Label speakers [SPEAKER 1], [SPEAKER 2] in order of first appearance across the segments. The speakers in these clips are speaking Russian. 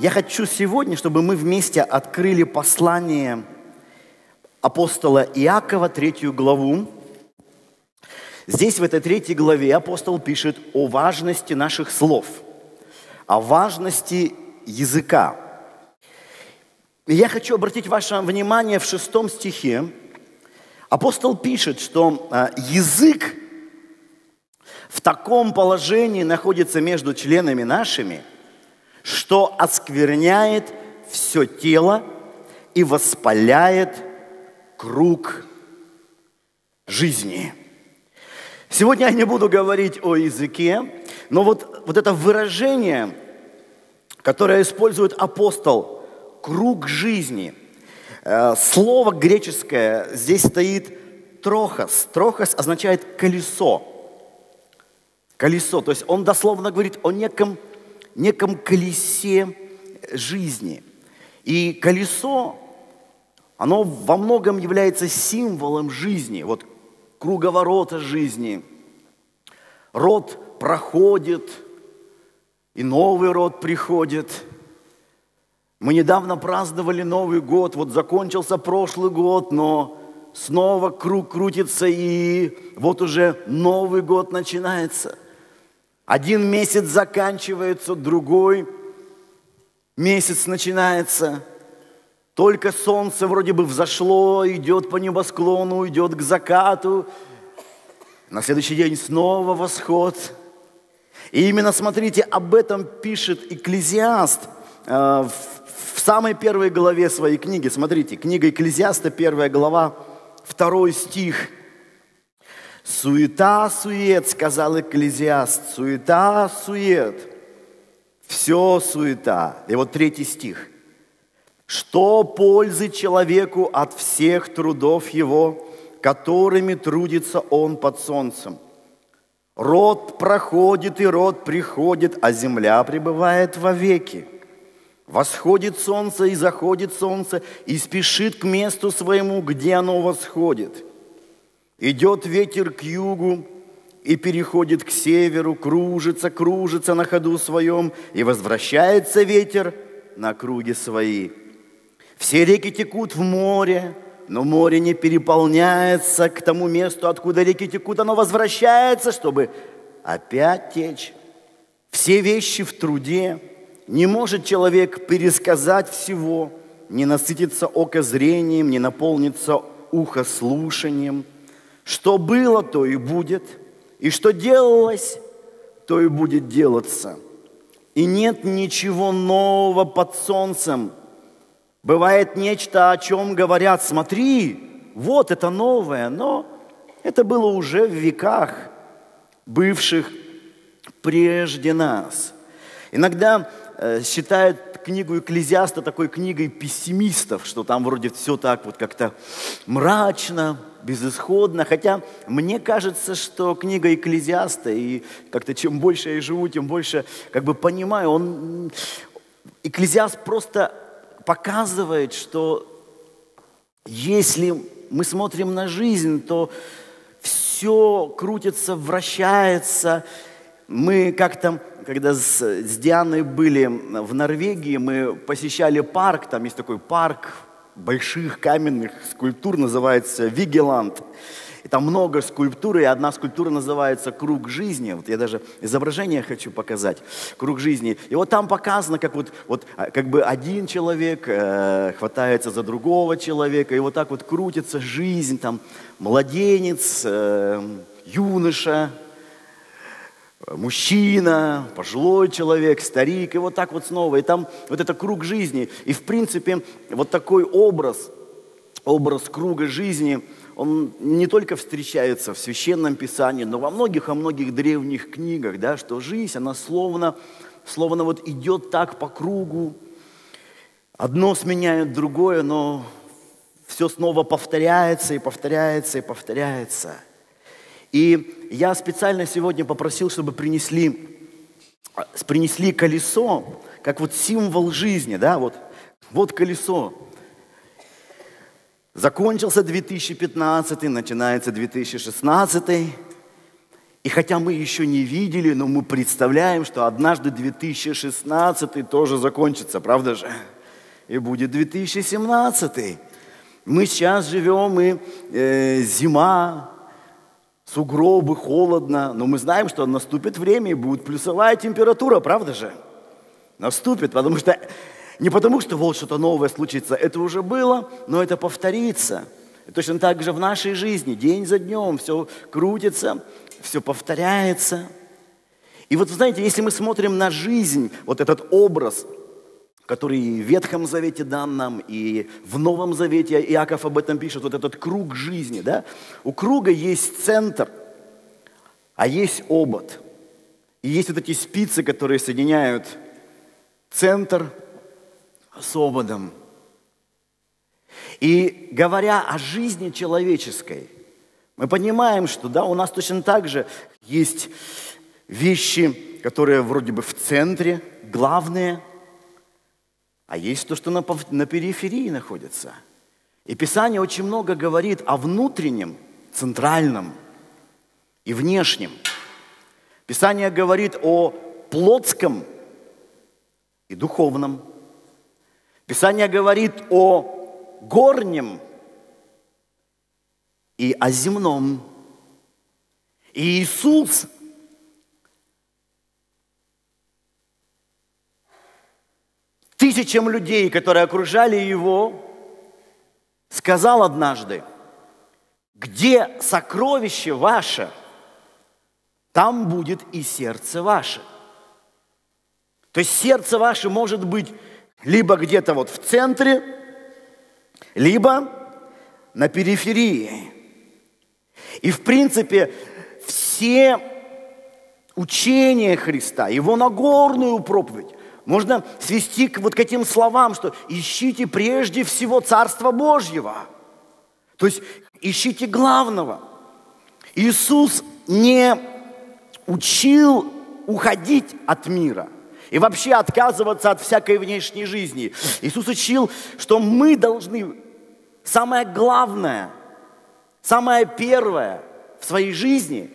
[SPEAKER 1] я хочу сегодня, чтобы мы вместе открыли послание апостола Иакова, 3 главу. Здесь, в этой 3 главе, апостол пишет о важности наших слов, о важности языка. И я хочу обратить ваше внимание в 6 стихе. Апостол пишет, что язык в таком положении находится между членами нашими, что оскверняет все тело и воспаляет круг жизни. Сегодня я не буду говорить о языке, но вот это выражение, которое использует апостол, круг жизни, слово греческое здесь стоит трохос. Трохос означает колесо. Колесо, то есть он дословно говорит о неком колесе жизни. И колесо, оно во многом является символом жизни, вот круговорота жизни. Род проходит, и новый род приходит. Мы недавно праздновали Новый год, вот закончился прошлый год, но снова круг крутится, и вот уже Новый год начинается. Один месяц заканчивается, другой месяц начинается. Только солнце вроде бы взошло, идет по небосклону, идет к закату. На следующий день снова восход. И именно, смотрите, об этом пишет Экклезиаст в самой первой главе своей книги. Смотрите, книга Экклезиаста, 1 глава, 2 стих. «Суета-сует», сказал Экклезиаст, «суета-сует». Все суета. И вот 3 стих. «Что пользы человеку от всех трудов его, которыми трудится он под солнцем? Род проходит и род приходит, а земля пребывает вовеки. Восходит солнце и заходит солнце, и спешит к месту своему, где оно восходит. Идет ветер к югу и переходит к северу, кружится на ходу своем, и возвращается ветер на круги свои. Все реки текут в море, но море не переполняется к тому месту, откуда реки текут, оно возвращается, чтобы опять течь. Все вещи в труде, не может человек пересказать всего, не насытится око зрением, не наполнится ухо слушанием. Что было, то и будет, и что делалось, то и будет делаться. И нет ничего нового под солнцем. Бывает нечто, о чем говорят: смотри, вот это новое, но это было уже в веках, бывших прежде нас. Иногда считают книгу Экклезиаста такой книгой пессимистов, что там вроде все так вот как-то мрачно, безысходно. Хотя мне кажется, что книга Экклезиаста, и как-то чем больше я живу, тем больше как бы понимаю, Экклезиаст просто показывает, что если мы смотрим на жизнь, то все крутится, вращается. Мы как-то, когда с Дианой были в Норвегии, мы посещали парк, там есть такой парк больших каменных скульптур, называется Вигеланд. И там много скульптур, и одна скульптура называется «Круг жизни». Вот я даже изображение хочу показать. «Круг жизни». И вот там показано, как как бы один человек хватается за другого человека, и вот так вот крутится жизнь, там младенец, юноша, мужчина, пожилой человек, старик, и вот так вот снова. И там вот это круг жизни. И в принципе вот такой образ круга жизни, он не только встречается в Священном Писании, но во многих древних книгах, да, что жизнь, она словно вот идет так по кругу. Одно сменяет другое, но все снова повторяется и повторяется и повторяется. И я специально сегодня попросил, чтобы принесли колесо, как вот символ жизни, да, вот колесо. Закончился 2015, начинается 2016, И хотя мы еще не видели, но мы представляем, что однажды 2016 тоже закончится, правда же? И будет 2017. Мы сейчас живем, и зима, сугробы, холодно, но мы знаем, что наступит время, и будет плюсовая температура, правда же? Наступит, потому что не потому, что вот что-то новое случится, это уже было, но это повторится. И точно так же в нашей жизни, день за днем, все крутится, все повторяется. И вот, знаете, если мы смотрим на жизнь, вот этот образ, который и в Ветхом Завете дан нам, и в Новом Завете Иаков об этом пишет, вот этот круг жизни, да? У круга есть центр, а есть обод. И есть вот эти спицы, которые соединяют центр с ободом. И говоря о жизни человеческой, мы понимаем, что да, у нас точно так же есть вещи, которые вроде бы в центре, главные, а есть то, что на периферии находится. И Писание очень много говорит о внутреннем, центральном и внешнем. Писание говорит о плотском и духовном. Писание говорит о горнем и о земном. И Иисус тысячам людей, которые окружали Его, сказал однажды: где сокровище ваше, там будет и сердце ваше. То есть сердце ваше может быть либо где-то вот в центре, либо на периферии. И в принципе все учения Христа, Его Нагорную проповедь, можно свести вот к этим словам, что ищите прежде всего Царство Божьего. То есть ищите главного. Иисус не учил уходить от мира и вообще отказываться от всякой внешней жизни. Иисус учил, что мы должны самое главное, самое первое в своей жизни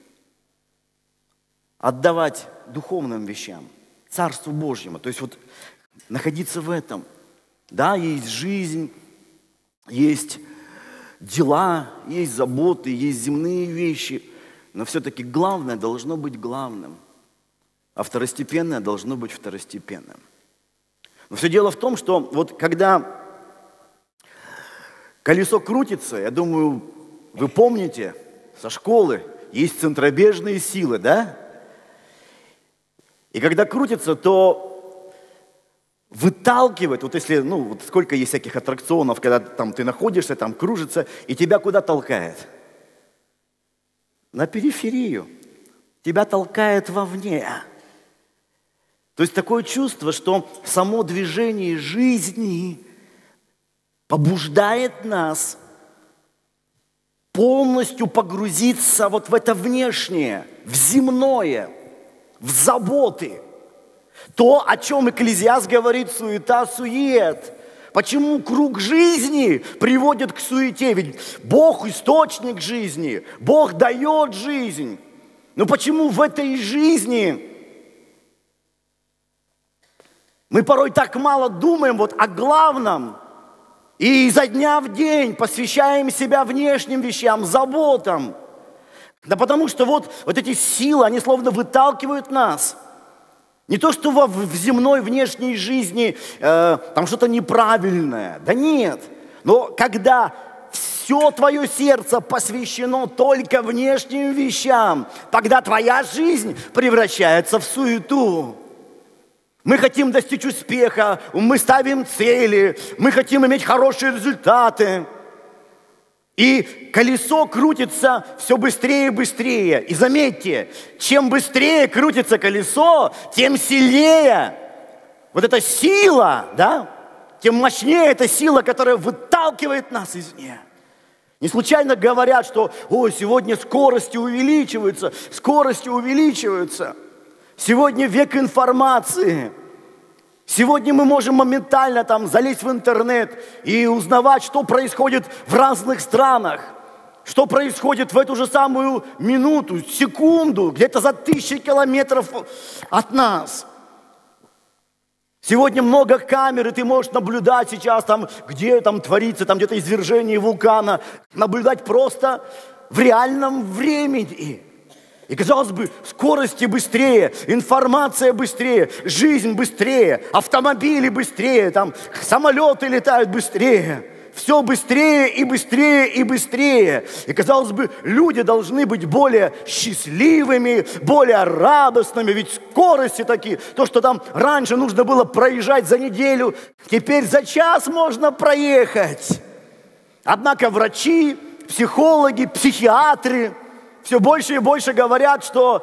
[SPEAKER 1] отдавать духовным вещам, Царству Божьему. То есть вот находиться в этом. Да, есть жизнь, есть дела, есть заботы, есть земные вещи, но все-таки главное должно быть главным, а второстепенное должно быть второстепенным. Но все дело в том, что вот когда колесо крутится, я думаю, вы помните, со школы есть центробежные силы, да? И когда крутится, то выталкивает, вот если, вот сколько есть всяких аттракционов, когда там ты находишься, там кружится, и тебя куда толкает? На периферию. Тебя толкает вовне. То есть такое чувство, что само движение жизни побуждает нас полностью погрузиться вот в это внешнее, в земное, в заботы. То, о чем Экклезиаст говорит, суета, сует. Почему круг жизни приводит к суете? Ведь Бог источник жизни, Бог дает жизнь. Но почему в этой жизни мы порой так мало думаем вот о главном и изо дня в день посвящаем себя внешним вещам, заботам? Да потому что вот эти силы, они словно выталкивают нас. Не то, что в земной внешней жизни там что-то неправильное. Да нет. Но когда все твое сердце посвящено только внешним вещам, тогда твоя жизнь превращается в суету. Мы хотим достичь успеха, мы ставим цели, мы хотим иметь хорошие результаты. И колесо крутится все быстрее и быстрее. И заметьте, чем быстрее крутится колесо, тем сильнее вот эта сила, да, тем мощнее эта сила, которая выталкивает нас извне. Не случайно говорят, что сегодня скорости увеличиваются. Сегодня век информации. Сегодня мы можем моментально залезть в интернет и узнавать, что происходит в разных странах, что происходит в эту же самую минуту, секунду, где-то за 1000 километров от нас. Сегодня много камер, и ты можешь наблюдать сейчас, где там творится, там где-то извержение вулкана, наблюдать просто в реальном времени. И, казалось бы, скорости быстрее, информация быстрее, жизнь быстрее, автомобили быстрее, самолеты летают быстрее. Все быстрее и быстрее и быстрее. И, казалось бы, люди должны быть более счастливыми, более радостными. Ведь скорости такие. То, что там раньше нужно было проезжать за неделю, теперь за час можно проехать. Однако врачи, психологи, психиатры все больше и больше говорят, что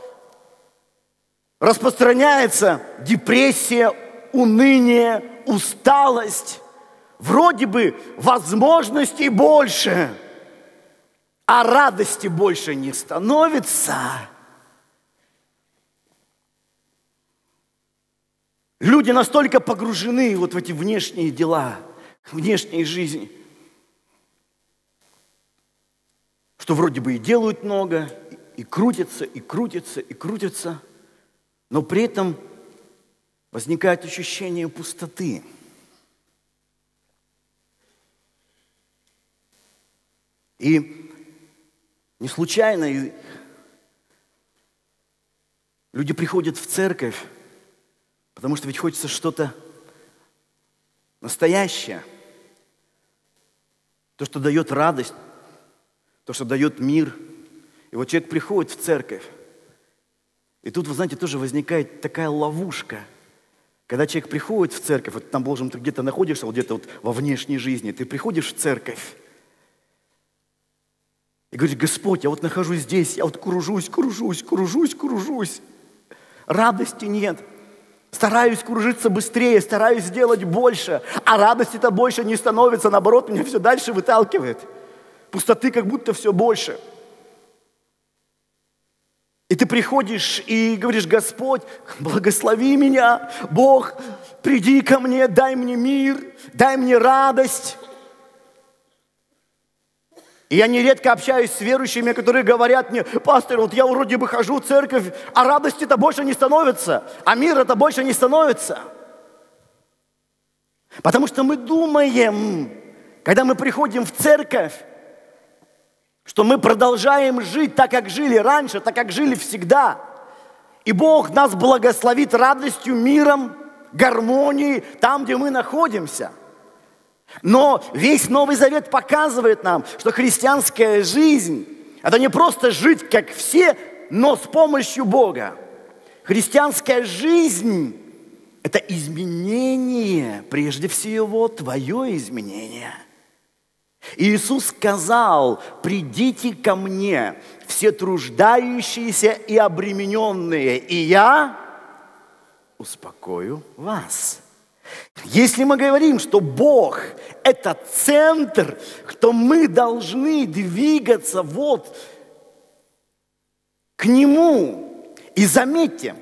[SPEAKER 1] распространяется депрессия, уныние, усталость. Вроде бы возможностей больше, а радости больше не становится. Люди настолько погружены в эти внешние дела, внешней жизни, что вроде бы и делают много, и крутятся, и крутятся, и крутятся, но при этом возникает ощущение пустоты. И не случайно люди приходят в церковь, потому что ведь хочется что-то настоящее, то, что дает радость, то, что дает мир. И вот человек приходит в церковь, и тут, вы знаете, тоже возникает такая ловушка. Когда человек приходит в церковь, вот там, должен, ты где-то находишься, где-то во внешней жизни, ты приходишь в церковь, и говоришь: Господь, я нахожусь здесь, я кружусь. Радости нет. Стараюсь кружиться быстрее, стараюсь сделать больше, а радости-то больше не становится, наоборот, меня все дальше выталкивает. Пустоты как будто все больше. И ты приходишь и говоришь: Господь, благослови меня, Бог, приди ко мне, дай мне мир, дай мне радость. И я нередко общаюсь с верующими, которые говорят мне: пастор, я вроде бы хожу в церковь, а радости-то больше не становится, а мира-то больше не становится. Потому что мы думаем, когда мы приходим в церковь, что мы продолжаем жить так, как жили раньше, так, как жили всегда. И Бог нас благословит радостью, миром, гармонией там, где мы находимся. Но весь Новый Завет показывает нам, что христианская жизнь – это не просто жить, как все, но с помощью Бога. Христианская жизнь – это изменение, прежде всего, твое изменение. И Иисус сказал: придите ко мне, все труждающиеся и обремененные, и я успокою вас. Если мы говорим, что Бог – это центр, то мы должны двигаться к Нему. И заметьте,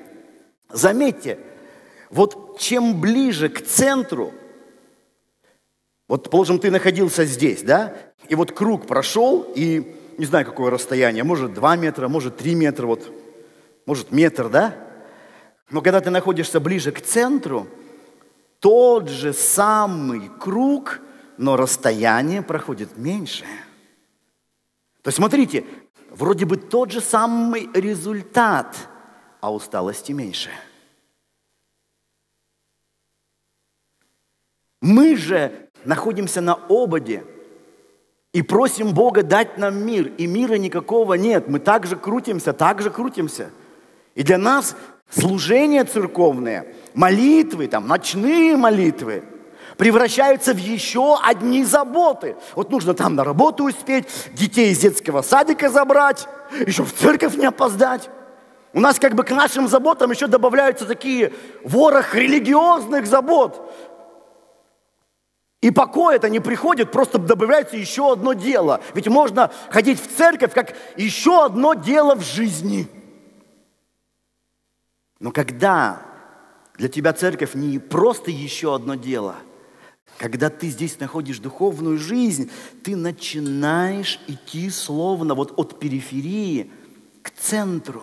[SPEAKER 1] чем ближе к центру, положим, ты находился здесь, да, и круг прошел, и не знаю, какое расстояние, может 2 метра, может 3 метра, может метр, да? Но когда ты находишься ближе к центру, тот же самый круг, но расстояние проходит меньше. То есть, смотрите, вроде бы тот же самый результат, а усталости меньше. Мы же находимся на ободе и просим Бога дать нам мир, и мира никакого нет. Мы также крутимся. И для нас служение церковное, молитвы, ночные молитвы превращаются в еще одни заботы. Нужно на работу успеть, детей из детского садика забрать, еще в церковь не опоздать. У нас к нашим заботам еще добавляются такие ворох религиозных забот. И покой это не приходит, просто добавляется еще одно дело. Ведь можно ходить в церковь как еще одно дело в жизни. Но когда для тебя церковь не просто еще одно дело, Когда ты здесь находишь духовную жизнь, ты начинаешь идти словно вот от периферии к центру.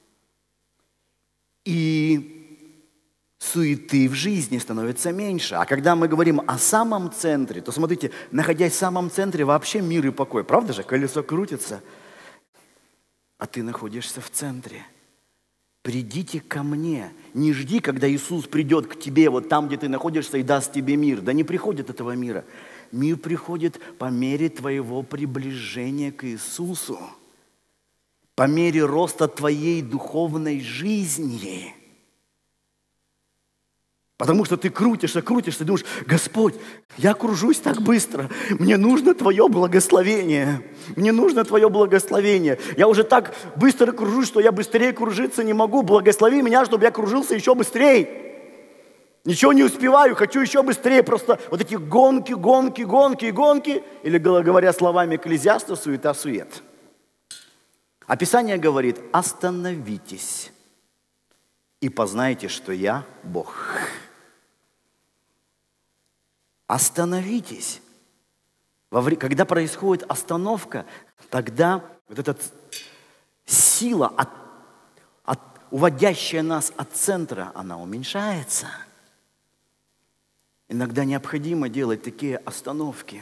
[SPEAKER 1] И суеты в жизни становится меньше. А когда мы говорим о самом центре, то смотрите, находясь в самом центре, вообще мир и покой. Правда же? Колесо крутится. А ты находишься в центре. Придите ко мне. Не жди, когда Иисус придет к тебе, вот там, где ты находишься, и даст тебе мир. Да не приходит этого мира. Мир приходит по мере твоего приближения к Иисусу. По мере роста твоей духовной жизни. Потому что ты крутишься, думаешь: Господь, я кружусь так быстро, мне нужно Твое благословение. Мне нужно Твое благословение. Я уже так быстро кружусь, что я быстрее кружиться не могу. Благослови меня, чтобы я кружился еще быстрее. Ничего не успеваю, хочу еще быстрее. Просто вот эти гонки. Или, говоря словами Экклезиаста, суета-сует. А Писание говорит: остановитесь и познайте, что я Бог. Остановитесь. Когда происходит остановка, тогда вот эта сила, уводящая нас от центра, она уменьшается. Иногда необходимо делать такие остановки.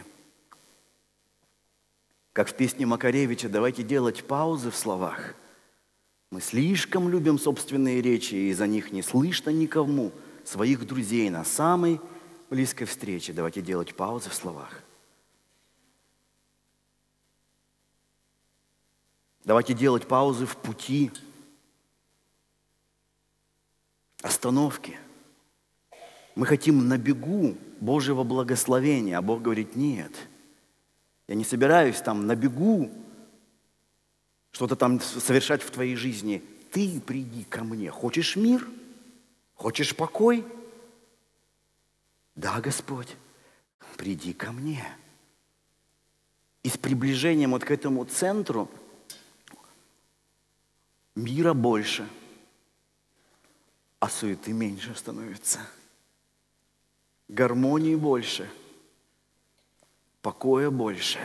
[SPEAKER 1] Как в песне Макаревича «Давайте делать паузы в словах». Мы слишком любим собственные речи, и за них не слышно никому, своих друзей на самой близкой встрече. Давайте делать паузы в словах. Давайте делать паузы в пути, остановки. Мы хотим на бегу Божьего благословения, а Бог говорит: нет, я не собираюсь там на бегу что-то там совершать в твоей жизни. Ты приди ко мне. Хочешь мир? Хочешь покой? Да, Господь, приди ко мне. И с приближением вот к этому центру мира больше, а суеты меньше становится. Гармонии больше, покоя больше.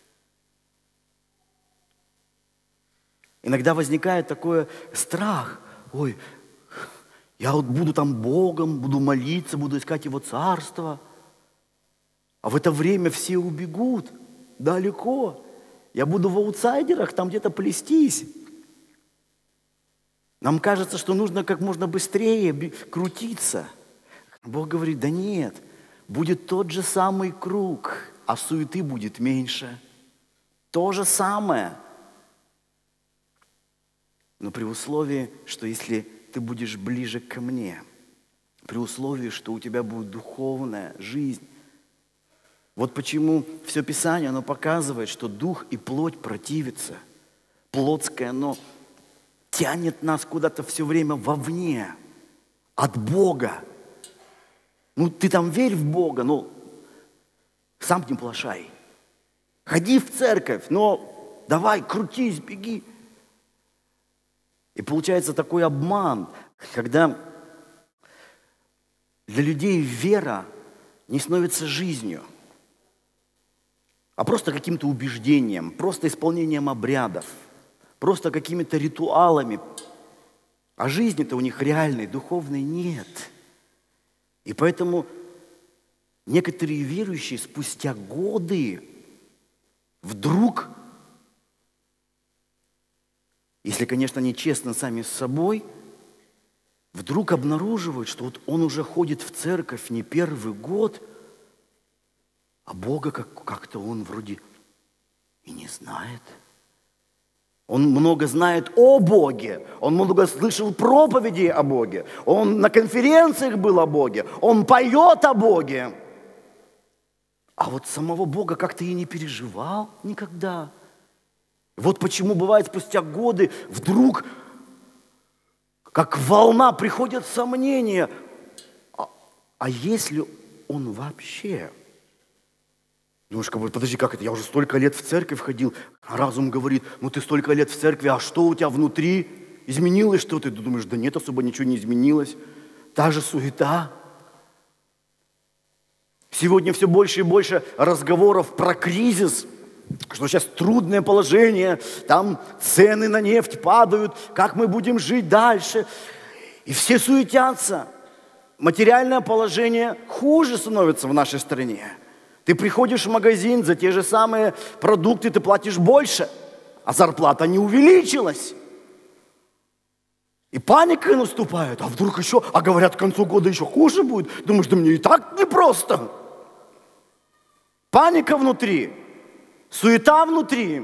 [SPEAKER 1] Иногда возникает такой страх. Ой, я вот буду там Богом, буду молиться, буду искать Его Царство. А в это время все убегут далеко. Я буду в аутсайдерах там где-то плестись. Нам кажется, что нужно как можно быстрее крутиться. Бог говорит: да нет, будет тот же самый круг, а суеты будет меньше. То же самое. Но при условии, что если ты будешь ближе ко мне, при условии, что у тебя будет духовная жизнь. Вот почему все Писание, оно показывает, что дух и плоть противятся. Плотское, оно тянет нас куда-то все время вовне, от Бога. Ну, ты там верь в Бога, но сам не плашай. Ходи в церковь, но давай, крутись, беги. И получается такой обман, когда для людей вера не становится жизнью, а просто каким-то убеждением, просто исполнением обрядов, просто какими-то ритуалами. А жизни-то у них реальной, духовной нет. И поэтому некоторые верующие спустя годы вдруг, если, конечно, они честны сами с собой, вдруг обнаруживают, что вот он уже ходит в церковь не первый год, а Бога как-то он вроде и не знает. Он много знает о Боге, он много слышал проповедей о Боге, он на конференциях был о Боге, он поет о Боге. А вот самого Бога как-то и не переживал никогда. Вот почему бывает спустя годы вдруг, как волна, приходят сомнения. А если он вообще? Думаешь, подожди, как это? Я уже столько лет в церковь ходил. А разум говорит: ну ты столько лет в церкви, а что у тебя внутри? Изменилось что-то? Ты думаешь: да нет, особо ничего не изменилось. Та же суета. Сегодня все больше и больше разговоров про кризис, что сейчас трудное положение, там цены на нефть падают, как мы будем жить дальше. И все суетятся. Материальное положение хуже становится в нашей стране. Ты приходишь в магазин, за те же самые продукты ты платишь больше, а зарплата не увеличилась. И паника наступает, а вдруг еще, а говорят, к концу года еще хуже будет. Думаешь, да мне и так непросто. Паника внутри, суета внутри.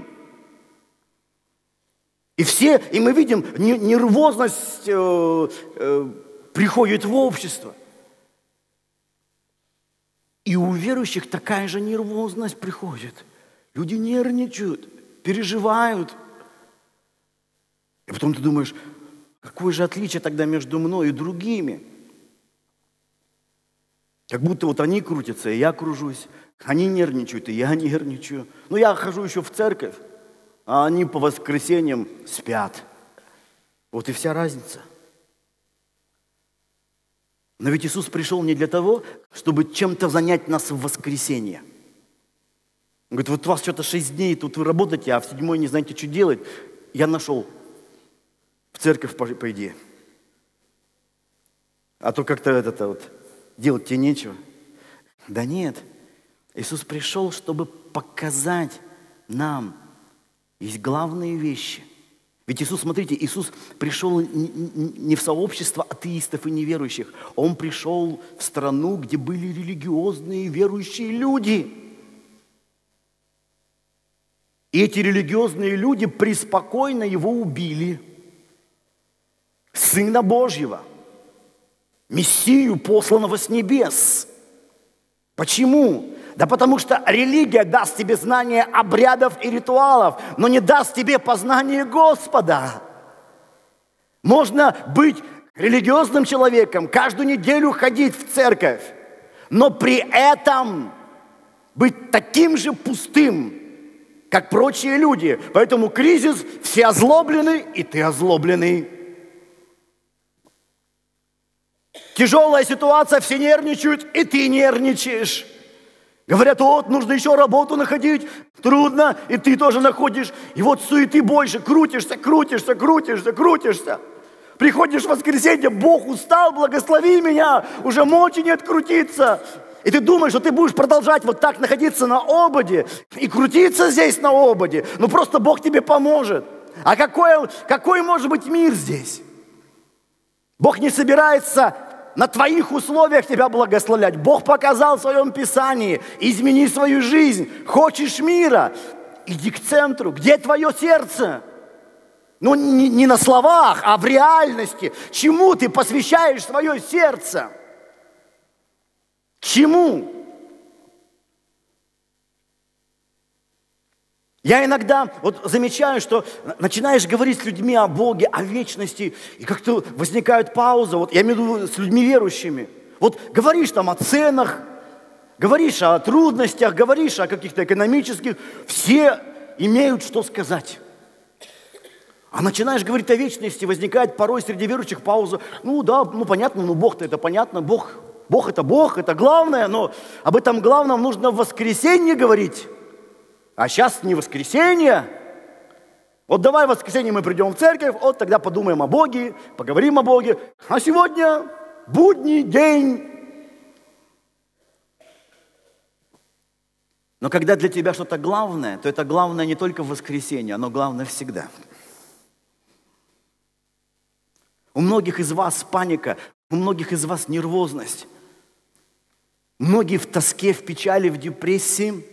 [SPEAKER 1] И мы видим, нервозность приходит в общество. И у верующих такая же нервозность приходит. Люди нервничают, переживают. И потом ты думаешь, какое же отличие тогда между мной и другими? Как будто вот они крутятся, и я кружусь. Они нервничают, и я нервничаю. Но я хожу еще в церковь, а они по воскресеньям спят. Вот и вся разница. Но ведь Иисус пришел не для того, чтобы чем-то занять нас в воскресенье. Он говорит, вот у вас что-то 6 дней, тут вы работаете, а в 7-й не знаете, что делать. Я нашел. В церковь пойди. А то как-то делать тебе нечего. Да нет. Иисус пришел, чтобы показать нам. Есть главные вещи. Ведь Иисус, смотрите, Иисус пришел не в сообщество атеистов и неверующих. Он пришел в страну, где были религиозные верующие люди. И эти религиозные люди преспокойно его убили. Сына Божьего, Мессию, посланного с небес. Почему? Да потому что религия даст тебе знание обрядов и ритуалов, но не даст тебе познание Господа. Можно быть религиозным человеком, каждую неделю ходить в церковь, но при этом быть таким же пустым, как прочие люди. Поэтому кризис, все озлоблены, и ты озлобленный. Тяжелая ситуация, все нервничают, и ты нервничаешь. Говорят, вот, нужно еще работу находить, трудно, и ты тоже находишь. И вот суеты больше, крутишься. Приходишь в воскресенье, Бог устал, благослови меня, уже мочи нет крутиться. И ты думаешь, что ты будешь продолжать вот так находиться на ободе и крутиться здесь на ободе. Ну просто Бог тебе поможет. А какой может быть мир здесь? Бог не собирается на твоих условиях тебя благословлять. Бог показал в своем Писании: измени свою жизнь. Хочешь мира? Иди к центру. Где твое сердце? Ну, не на словах, а в реальности. Чему ты посвящаешь свое сердце? Чему? Я иногда вот замечаю, что начинаешь говорить с людьми о Боге, о вечности, и как-то возникают паузы, вот я имею в виду с людьми верующими. Вот говоришь там о ценах, говоришь о трудностях, говоришь о каких-то экономических, все имеют что сказать. А начинаешь говорить о вечности, возникает порой среди верующих пауза. Ну да, ну понятно, ну Бог-то это понятно, Бог это главное, но об этом главном нужно в воскресенье говорить. А сейчас не воскресенье. Вот давай в воскресенье мы придем в церковь, вот тогда подумаем о Боге, поговорим о Боге. А сегодня будний день. Но когда для тебя что-то главное, то это главное не только в воскресенье, оно главное всегда. У многих из вас паника, у многих из вас нервозность. Многие в тоске, в печали, в депрессии.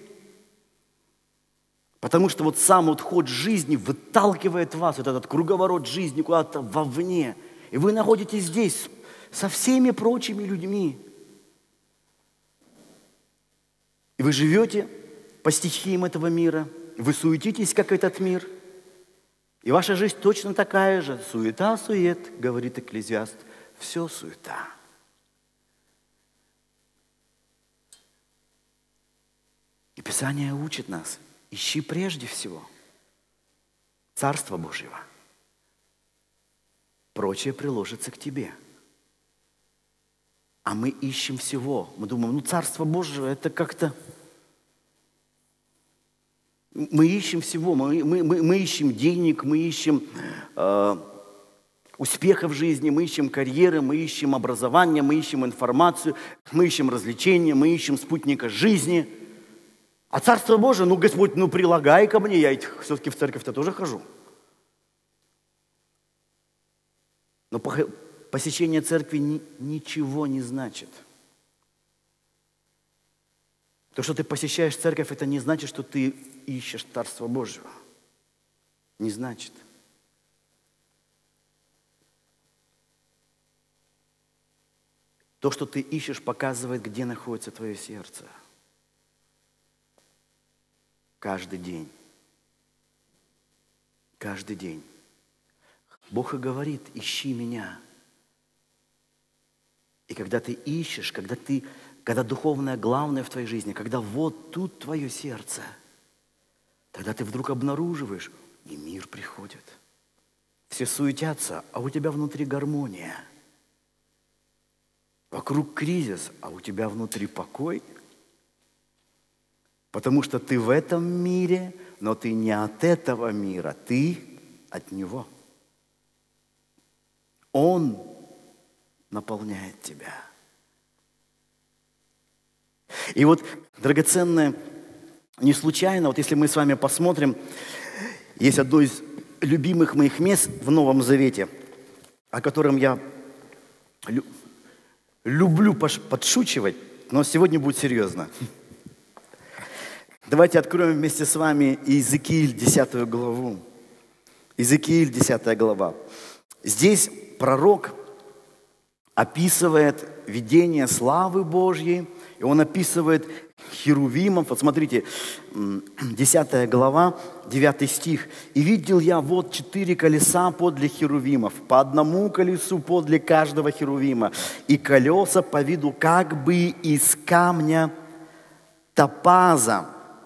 [SPEAKER 1] Потому что вот сам вот ход жизни выталкивает вас, вот этот круговорот жизни куда-то вовне. И вы находитесь здесь со всеми прочими людьми. И вы живете по стихиям этого мира. Вы суетитесь, как этот мир. И ваша жизнь точно такая же. Суета-сует, говорит Экклезиаст. Все суета. И Писание учит нас. Ищи прежде всего Царство Божьего. Прочее приложится к тебе. А мы ищем всего. Мы думаем, Царство Божие, это как-то... Мы ищем всего. Мы ищем денег, мы ищем успеха в жизни, мы ищем карьеры, мы ищем образование, мы ищем информацию, мы ищем развлечения, мы ищем спутника жизни. А Царство Божие, Господь, прилагай ко мне, я все-таки в церковь-то тоже хожу. Но посещение церкви ничего не значит. То, что ты посещаешь церковь, это не значит, что ты ищешь Царство Божьего. Не значит. То, что ты ищешь, показывает, где находится твое сердце. Каждый день. Каждый день. Бог и говорит, ищи меня. И когда ты ищешь, когда духовное главное в твоей жизни, когда вот тут твое сердце, тогда ты вдруг обнаруживаешь, и мир приходит. Все суетятся, а у тебя внутри гармония. Вокруг кризис, а у тебя внутри покой. Потому что ты в этом мире, но ты не от этого мира, ты от Него. Он наполняет тебя. И вот, драгоценное, не случайно, если мы с вами посмотрим, есть одно из любимых моих мест в Новом Завете, о котором я люблю подшучивать, но сегодня будет серьезно. Давайте откроем вместе с вами Иезекииль 10 главу. Иезекииль 10 глава. Здесь пророк описывает видение славы Божьей, и он описывает херувимов. Вот смотрите, 10 глава, 9 стих. «И видел я вот 4 колеса подле херувимов, по одному колесу подле каждого херувима, и колеса по виду как бы из камня топаза».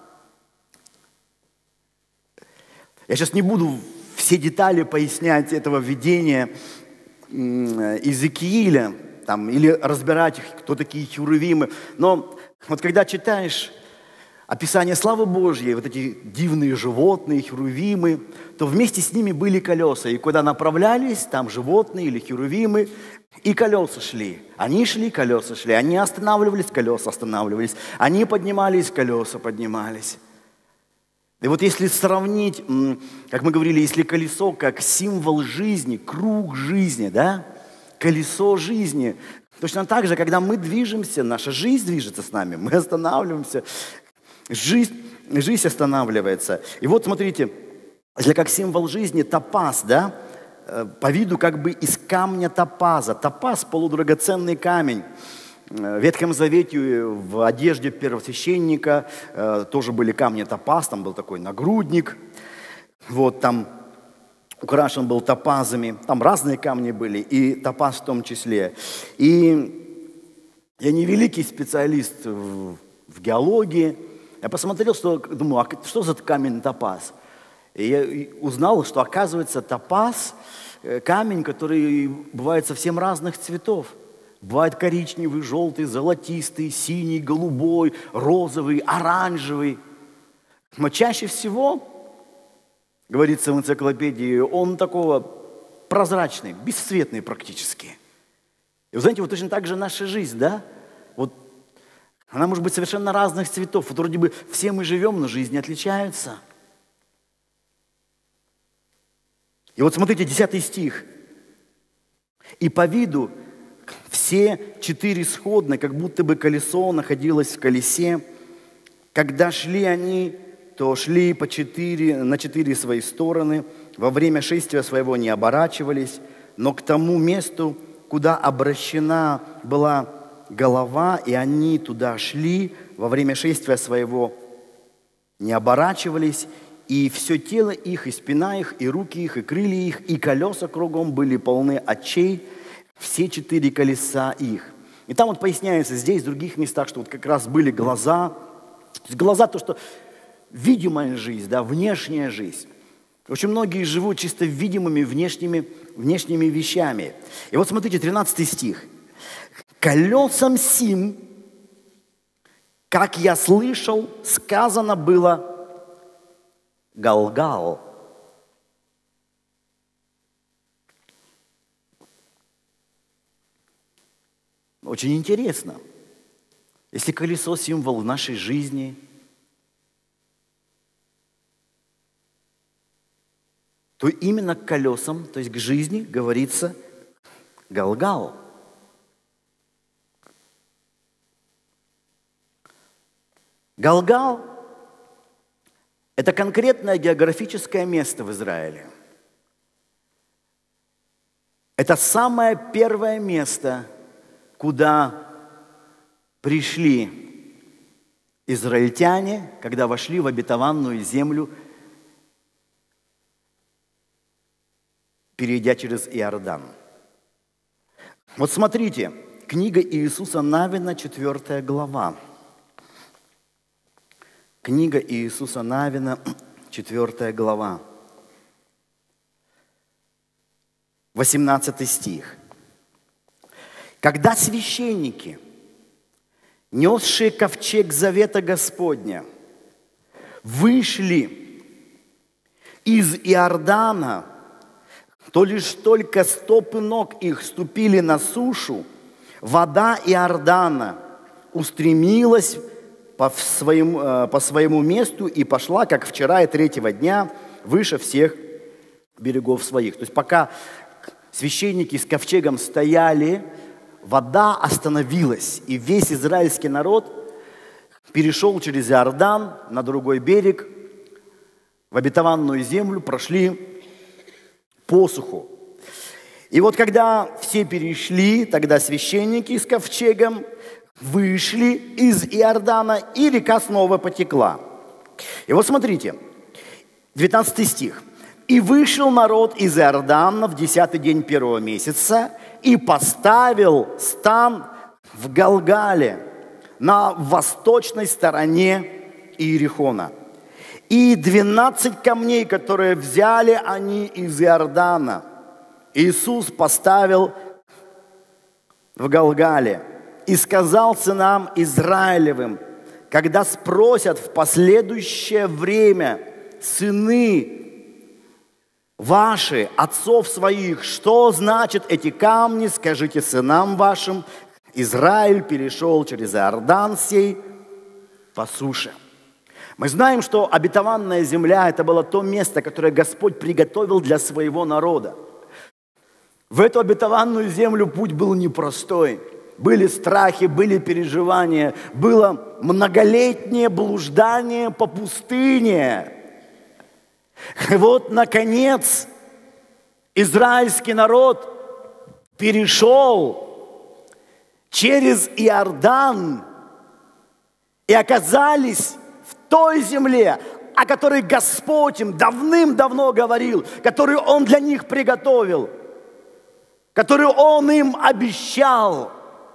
[SPEAKER 1] Я сейчас не буду все детали пояснять этого видения Иезекииля, или разбирать их, кто такие херувимы. Но вот когда читаешь описание славы Божьей, вот эти дивные животные, херувимы, то вместе с ними были колеса. И куда направлялись, там животные или херувимы, и колеса шли. Они шли, колеса шли. Они останавливались, колеса останавливались. Они поднимались, колеса поднимались. И вот если сравнить, как мы говорили, если колесо как символ жизни, круг жизни, да, колесо жизни, точно так же, когда мы движемся, наша жизнь движется с нами, мы останавливаемся, жизнь останавливается. И вот смотрите, если как символ жизни топаз, да, по виду как бы из камня топаза. Топаз – полудрагоценный камень. В Ветхом Завете в одежде первосвященника тоже были камни топаз, там был такой нагрудник, вот там украшен был топазами, там разные камни были, и топаз в том числе. И я не великий специалист в геологии, я посмотрел, думаю, а что за камень топаз? И я узнал, что оказывается топаз – камень, который бывает совсем разных цветов. Бывает коричневый, желтый, золотистый, синий, голубой, розовый, оранжевый. Но чаще всего, говорится в энциклопедии, он такого прозрачный, бесцветный практически. И вы знаете, вот точно так же наша жизнь, да? Вот она может быть совершенно разных цветов. Вот вроде бы все мы живем, но жизни отличаются. И вот смотрите, 10 стих. «И по виду все 4 сходны, как будто бы колесо находилось в колесе. Когда шли они, то шли на 4 свои стороны. Во время шествия своего не оборачивались, но к тому месту, куда обращена была голова, и они туда шли, во время шествия своего не оборачивались, и все тело их, и спина их, и руки их, и крылья их, и колеса кругом были полны очей, все 4 колеса их». И там вот поясняется здесь, в других местах, что вот как раз были глаза. То есть глаза – то, что видимая жизнь, да, внешняя жизнь. Очень многие живут чисто видимыми внешними вещами. И вот смотрите, 13 стих. колесам сим, как я слышал, сказано было Галгал. Очень интересно. Если колесо – символ в нашей жизни, то именно к колесам, то есть к жизни, говорится Галгал. Галгал – это конкретное географическое место в Израиле. Это самое первое место, куда пришли израильтяне, когда вошли в обетованную землю, перейдя через Иордан. Вот смотрите, книга Иисуса Навина, 4 глава. Книга Иисуса Навина, 4 глава. 18 стих. Когда священники, несшие ковчег завета Господня, вышли из Иордана, то лишь только стопы ног их ступили на сушу, вода Иордана устремилась по своему месту и пошла, как вчера и третьего дня, выше всех берегов своих. То есть пока священники с ковчегом стояли, вода остановилась, и весь израильский народ перешел через Иордан на другой берег, в обетованную землю, прошли посуху. И вот когда все перешли, тогда священники с ковчегом вышли из Иордана, и река снова потекла. И вот смотрите, 19 стих. «И вышел народ из Иордана в 10-й день первого месяца, и поставил стан в Галгале, на восточной стороне Иерихона. И 12 камней, которые взяли они из Иордана, Иисус поставил в Галгале и сказал сынам Израилевым, когда спросят в последующее время сыны ваши, отцов своих, что значат эти камни, скажите сынам вашим, Израиль перешел через Иордан сей по суше». Мы знаем, что обетованная земля – это было то место, которое Господь приготовил для своего народа. В эту обетованную землю путь был непростой. Были страхи, были переживания, было многолетнее блуждание по пустыне. И вот, наконец, израильский народ перешел через Иордан и оказались в той земле, о которой Господь им давным-давно говорил, которую Он для них приготовил, которую Он им обещал.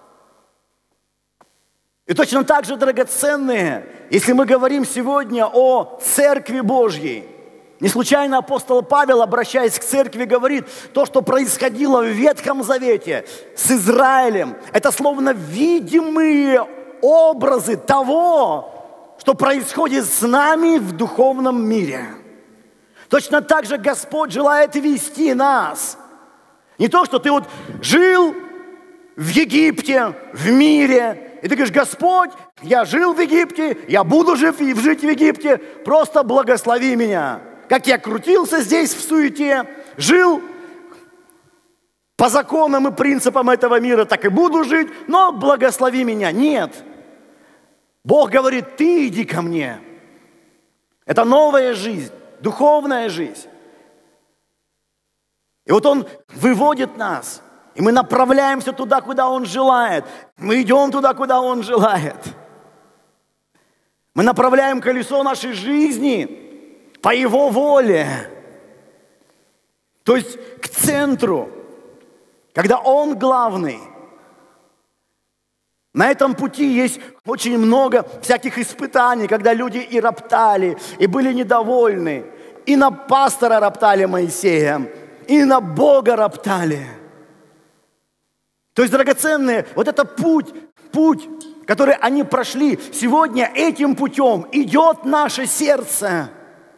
[SPEAKER 1] И точно так же, драгоценные, если мы говорим сегодня о Церкви Божьей, не случайно апостол Павел, обращаясь к церкви, говорит, то, что происходило в Ветхом Завете с Израилем, это словно видимые образы того, что происходит с нами в духовном мире. Точно так же Господь желает вести нас. Не то, что ты вот жил в Египте, в мире, и ты говоришь: Господь, я жил в Египте, я буду жить в Египте, просто благослови меня. Как я крутился здесь в суете, жил по законам и принципам этого мира, так и буду жить, но благослови меня. Нет. Бог говорит: ты иди ко мне. Это новая жизнь, духовная жизнь. И вот Он выводит нас, и мы направляемся туда, куда Он желает. Мы идем туда, куда Он желает. Мы направляем колесо нашей жизни по Его воле. То есть к центру, когда Он главный. На этом пути есть очень много всяких испытаний, когда люди и роптали, и были недовольны. И на пастора роптали Моисея, и на Бога роптали. То То есть, драгоценные, вот это путь, который они прошли, сегодня этим путем идет наше сердце.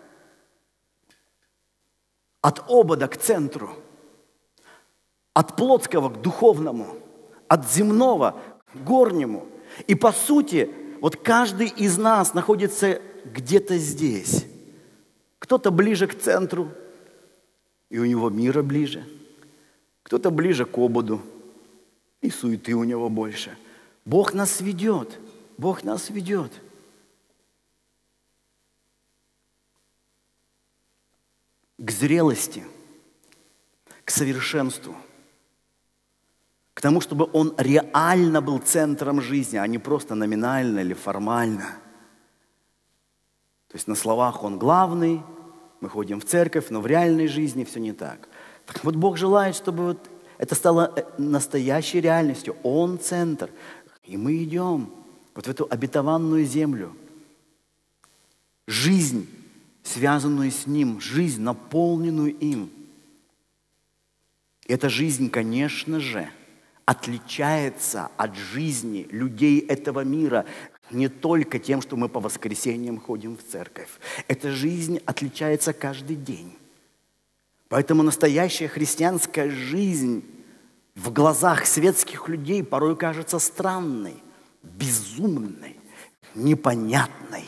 [SPEAKER 1] От обода к центру, от плотского к духовному, от земного к горнему. И по сути, вот каждый из нас находится где-то здесь. Кто-то ближе к центру, и у него мира ближе. Кто-то ближе к ободу, и суеты у него больше. Бог нас ведет. Бог нас ведет. К зрелости, к совершенству, к тому, чтобы он реально был центром жизни, а не просто номинально или формально. То есть на словах он главный, мы ходим в церковь, но в реальной жизни все не так. Так вот Бог желает, чтобы вот это стало настоящей реальностью. Он центр. И мы идем вот в эту обетованную землю. Жизнь, связанную с Ним, жизнь, наполненную им. Эта жизнь, конечно же, отличается от жизни людей этого мира не только тем, что мы по воскресеньям ходим в церковь. Эта жизнь отличается каждый день. Поэтому настоящая христианская жизнь в глазах светских людей порой кажется странной, безумной, непонятной.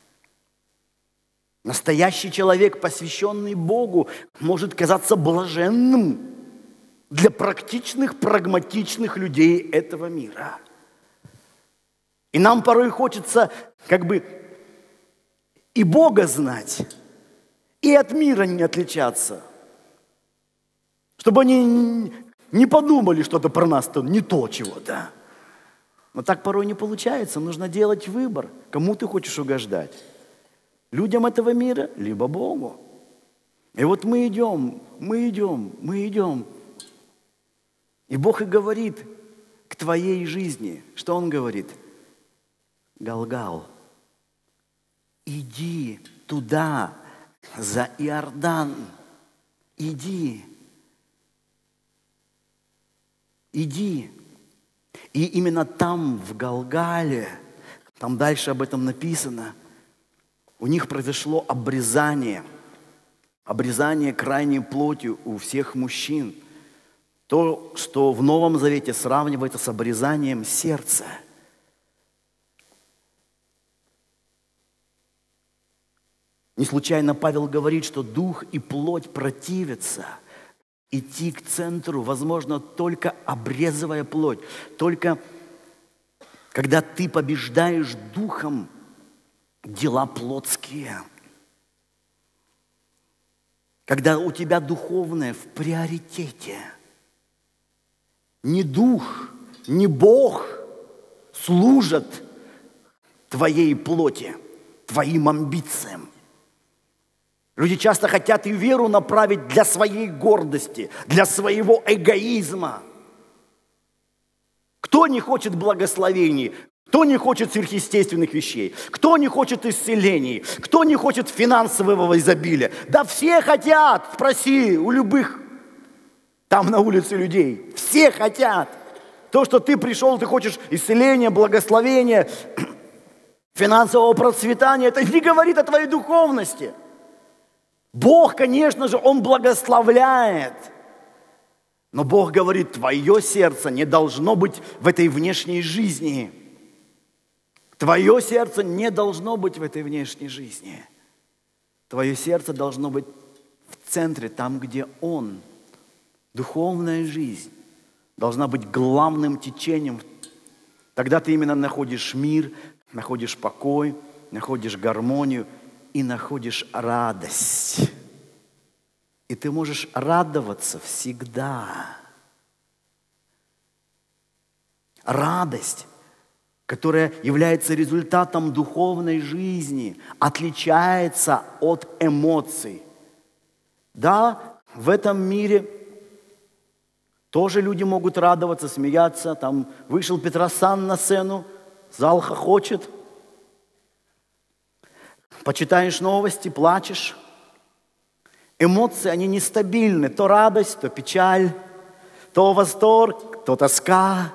[SPEAKER 1] Настоящий человек, посвященный Богу, может казаться блаженным для практичных, прагматичных людей этого мира. И нам порой хочется как бы и Бога знать, и от мира не отличаться. Чтобы они не подумали что-то про нас-то не то чего-то. Но так порой не получается. Нужно делать выбор, кому ты хочешь угождать. Людям этого мира, либо Богу. И вот мы идем. И Бог и говорит к твоей жизни. Что Он говорит? Галгал, иди туда, за Иордан. Иди. И именно там, в Галгале, там дальше об этом написано, у них произошло обрезание крайней плотью у всех мужчин. То, что в Новом Завете сравнивается с обрезанием сердца. Не случайно Павел говорит, что дух и плоть противятся. Идти к центру возможно только обрезывая плоть, только когда ты побеждаешь духом дела плотские. Когда у тебя духовное в приоритете. Не дух, не Бог служат твоей плоти, твоим амбициям. Люди часто хотят и веру направить для своей гордости, для своего эгоизма. Кто не хочет благословений? Кто не хочет сверхъестественных вещей? Кто не хочет исцелений? Кто не хочет финансового изобилия? Да все хотят, спроси у любых там на улице людей. Все хотят. То, что ты пришел, ты хочешь исцеления, благословения, финансового процветания, это не говорит о твоей духовности. Бог, конечно же, Он благословляет. Но Бог говорит, твое сердце не должно быть в этой внешней жизни. Твое сердце не должно быть в этой внешней жизни. Твое сердце должно быть в центре, там, где Он. Духовная жизнь должна быть главным течением. Тогда ты именно находишь мир, находишь покой, находишь гармонию и находишь радость. И ты можешь радоваться всегда. Радость, которая является результатом духовной жизни, отличается от эмоций. Да, в этом мире тоже люди могут радоваться, смеяться. Там вышел Петросян на сцену, зал хохочет. Почитаешь новости, плачешь. Эмоции, они нестабильны. То радость, то печаль, то восторг, то тоска.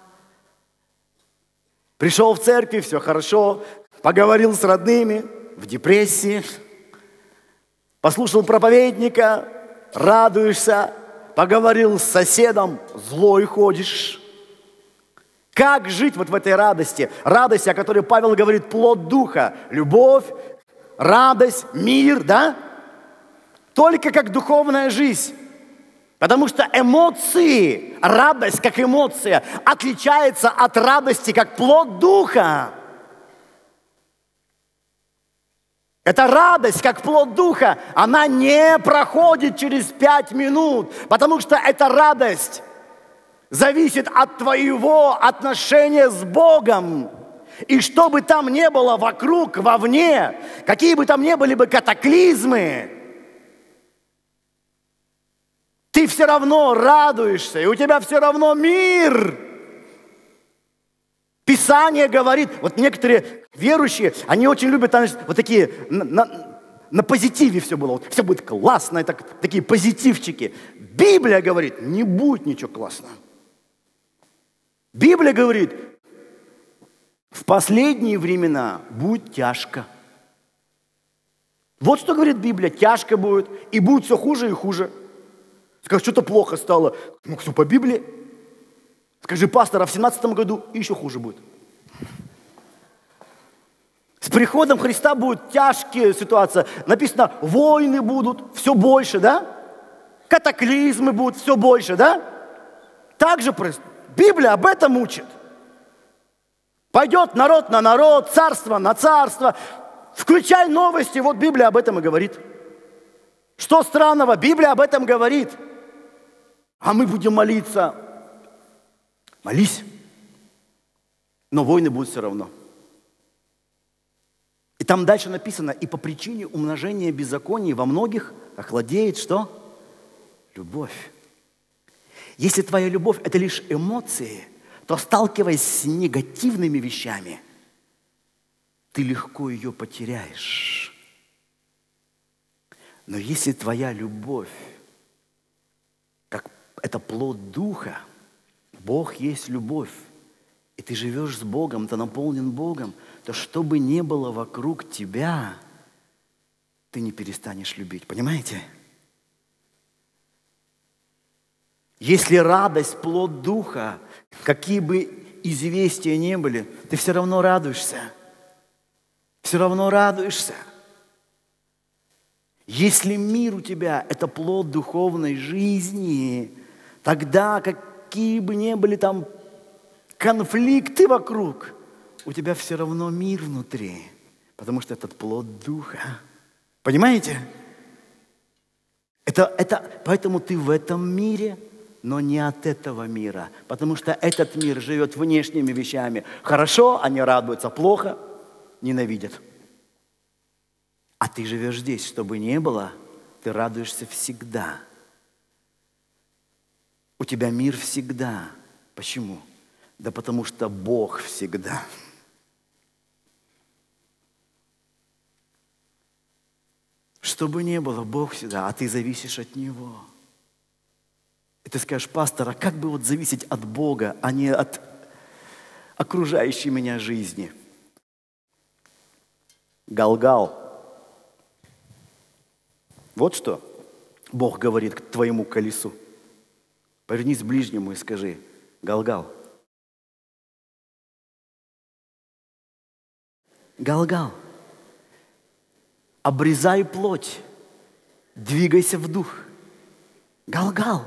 [SPEAKER 1] Пришел в церковь, все хорошо, поговорил с родными, в депрессии. Послушал проповедника, радуешься, поговорил с соседом, злой ходишь. Как жить вот в этой радости? Радость, о которой Павел говорит, плод духа. Любовь, радость, мир, да? Только как духовная жизнь. Потому что эмоции, радость как эмоция, отличается от радости как плод духа. Эта радость, как плод духа, она не проходит через 5 минут, потому что эта радость зависит от твоего отношения с Богом. И что бы там ни было вокруг, вовне, какие бы там ни были бы катаклизмы, ты все равно радуешься, и у тебя все равно мир. Писание говорит, вот некоторые верующие, они очень любят вот такие, на позитиве все было, вот все будет классно, такие позитивчики. Библия говорит, не будет ничего классного. Библия говорит, в последние времена будет тяжко. Вот что говорит Библия, тяжко будет, и будет все хуже и хуже. Скажи, что-то плохо стало. Ну, кто по Библии? Скажи, пастор, а в 17 году еще хуже будет. С приходом Христа будет тяжкая ситуация. Написано, войны будут все больше, да? Катаклизмы будут все больше, да? Так же Библия об этом учит. Пойдет народ на народ, царство на царство. Включай новости, вот Библия об этом и говорит. Что странного? Библия об этом говорит. А мы будем молиться. Молись. Но войны будут все равно. И там дальше написано, и по причине умножения беззаконий во многих охладеет что? Любовь. Если твоя любовь – это лишь эмоции, то, сталкиваясь с негативными вещами, ты легко ее потеряешь. Но если твоя любовь, как это плод духа, Бог есть любовь, и ты живешь с Богом, ты наполнен Богом, то что бы ни было вокруг тебя, ты не перестанешь любить. Понимаете? Если радость, плод духа, какие бы известия ни были, ты все равно радуешься. Все равно радуешься. Если мир у тебя – это плод духовной жизни, тогда какие бы ни были там конфликты вокруг, у тебя все равно мир внутри, потому что этот плод духа. Понимаете? Поэтому ты в этом мире, но не от этого мира, потому что этот мир живет внешними вещами. Хорошо, они радуются, плохо, ненавидят. А ты живешь здесь, чтобы не было, ты радуешься всегда. У тебя мир всегда. Почему? Да потому что Бог всегда. Что бы ни было, Бог всегда, а ты зависишь от Него. И ты скажешь, пастор, а как бы вот зависеть от Бога, а не от окружающей меня жизни? Галгал. Вот что Бог говорит к твоему колесу. Повернись к ближнему и скажи, Галгал. Галгал. Обрезай плоть, двигайся в дух. Галгал.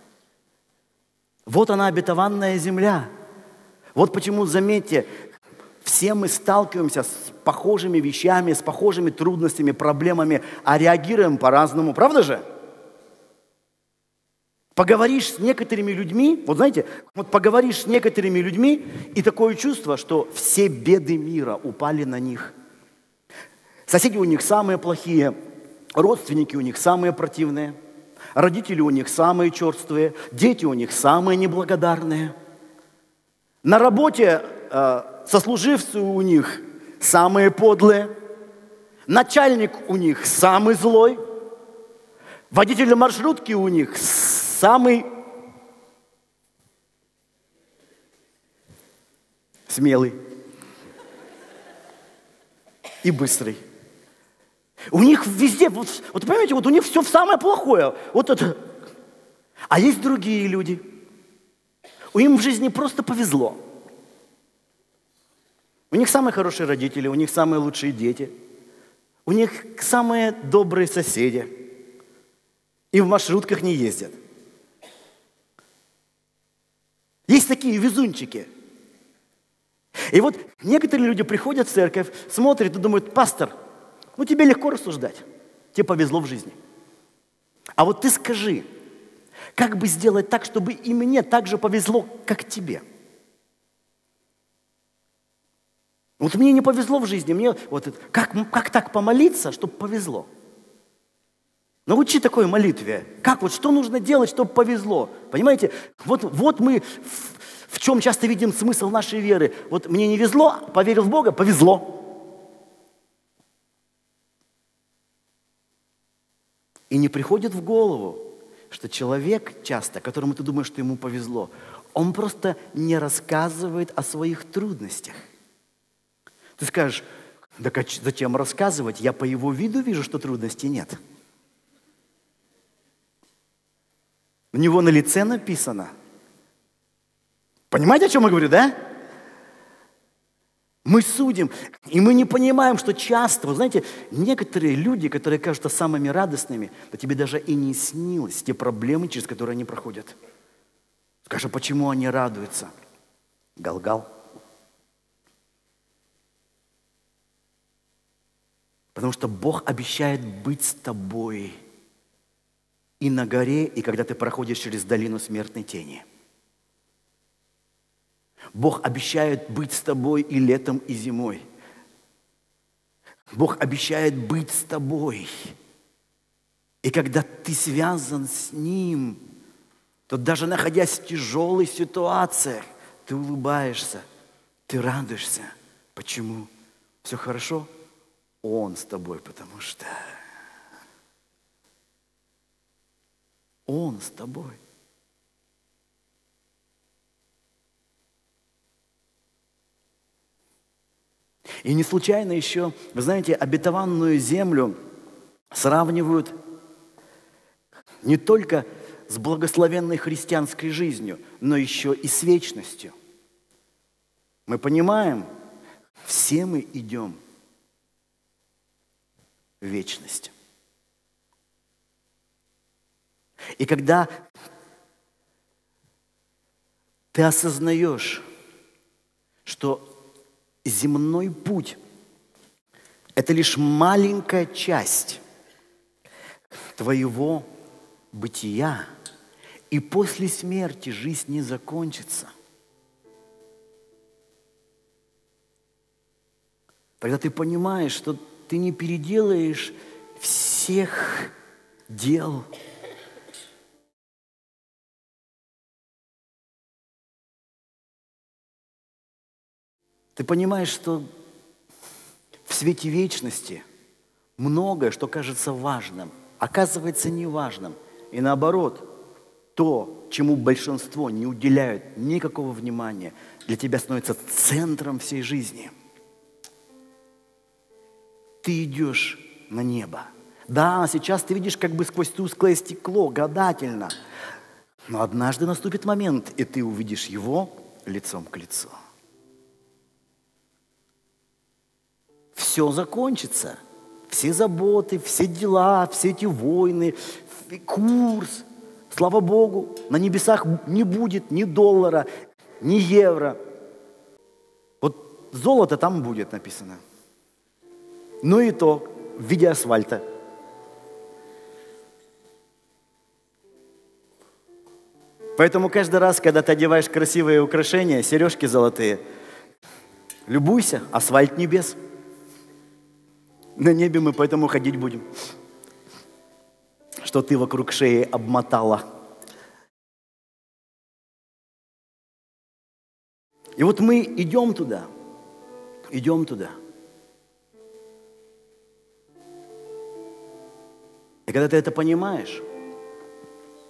[SPEAKER 1] Вот она, обетованная земля. Вот почему, заметьте, все мы сталкиваемся с похожими вещами, с похожими трудностями, проблемами, а реагируем по-разному. Правда же? Поговоришь с некоторыми людьми, вот знаете, вот поговоришь с некоторыми людьми, и такое чувство, что все беды мира упали на них. Соседи у них самые плохие, родственники у них самые противные, родители у них самые черствые, дети у них самые неблагодарные. На работе сослуживцы у них самые подлые, начальник у них самый злой, водитель маршрутки у них самый смелый и быстрый. У них везде, вот понимаете, вот у них все самое плохое. Вот это. А есть другие люди. Им в жизни просто повезло. У них самые хорошие родители, у них самые лучшие дети. У них самые добрые соседи. И в маршрутках не ездят. Есть такие везунчики. И вот некоторые люди приходят в церковь, смотрят и думают: пастор, ну тебе легко рассуждать, тебе повезло в жизни. А вот ты скажи, как бы сделать так, чтобы и мне так же повезло, как тебе? Вот мне не повезло в жизни, мне вот как так помолиться, чтобы повезло? Научи такой молитве. Как вот, что нужно делать, чтобы повезло? Понимаете, вот мы в чем часто видим смысл нашей веры. Вот мне не везло, поверил в Бога, повезло. И не приходит в голову, что человек часто, которому ты думаешь, что ему повезло, он просто не рассказывает о своих трудностях. Ты скажешь: да зачем рассказывать? Я по его виду вижу, что трудностей нет. У него на лице написано. Понимаете, о чем я говорю, да? Мы судим, и мы не понимаем, что часто, вы знаете, некоторые люди, которые кажутся самыми радостными, то тебе даже и не снилось те проблемы, через которые они проходят. Скажи, почему они радуются? Галгал. Потому что Бог обещает быть с тобой и на горе, и когда ты проходишь через долину смертной тени. Бог обещает быть с тобой и летом, и зимой. Бог обещает быть с тобой. И когда ты связан с Ним, то даже находясь в тяжелой ситуации, ты улыбаешься, ты радуешься. Почему? Все хорошо? Он с тобой, потому что Он с тобой. И не случайно еще, вы знаете, обетованную землю сравнивают не только с благословенной христианской жизнью, но еще и с вечностью. Мы понимаем, все мы идем в вечность. И когда ты осознаешь, что земной путь – это лишь маленькая часть твоего бытия, и после смерти жизнь не закончится, тогда ты понимаешь, что ты не переделаешь всех дел. Ты понимаешь, что в свете вечности многое, что кажется важным, оказывается неважным. И наоборот, то, чему большинство не уделяют никакого внимания, для тебя становится центром всей жизни. Ты идешь на небо. Да, сейчас ты видишь как бы сквозь тусклое стекло, гадательно. Но однажды наступит момент, и ты увидишь его лицом к лицу. Все закончится. Все заботы, все дела, все эти войны, курс. Слава Богу, на небесах не будет ни доллара, ни евро. Вот золото там будет написано. Но и то в виде асфальта. Поэтому каждый раз, когда ты одеваешь красивые украшения, сережки золотые, любуйся, асфальт небес. На небе мы поэтому ходить будем. Что ты вокруг шеи обмотала. И вот мы идем туда. Идем туда. И когда ты это понимаешь,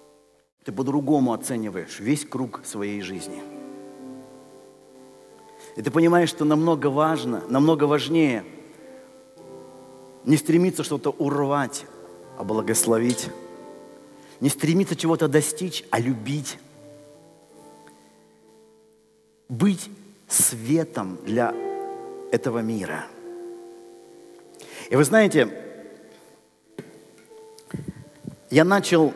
[SPEAKER 1] ты по-другому оцениваешь весь круг своей жизни. И ты понимаешь, что намного важнее не стремиться что-то урвать, а благословить. Не стремиться чего-то достичь, а любить. Быть светом для этого мира. И вы знаете, я начал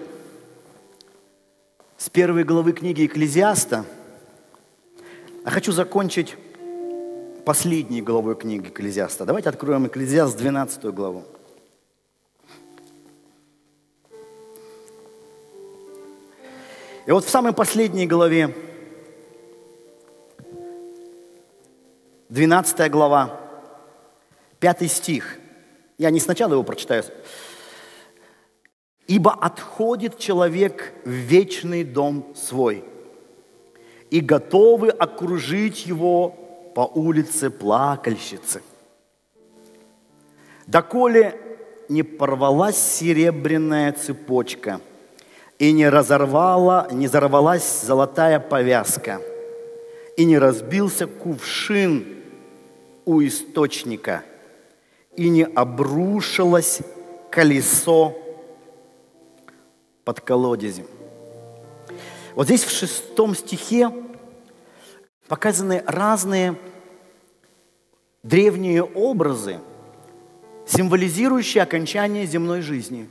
[SPEAKER 1] с 1 главы книги Экклезиаста, а хочу закончить последней главой книги Экклезиаста. Давайте откроем Экклезиаст, 12 главу. И вот в самой последней главе, 12 глава, 5 стих. Я не сначала его прочитаю. «Ибо отходит человек в вечный дом свой, и готовы окружить его по улице плакальщицы. Доколе не порвалась серебряная цепочка, и не разорвалась золотая повязка, и не разбился кувшин у источника, и не обрушилось колесо под колодезем». Вот здесь в 6 стихе показаны разные древние образы, символизирующие окончание земной жизни.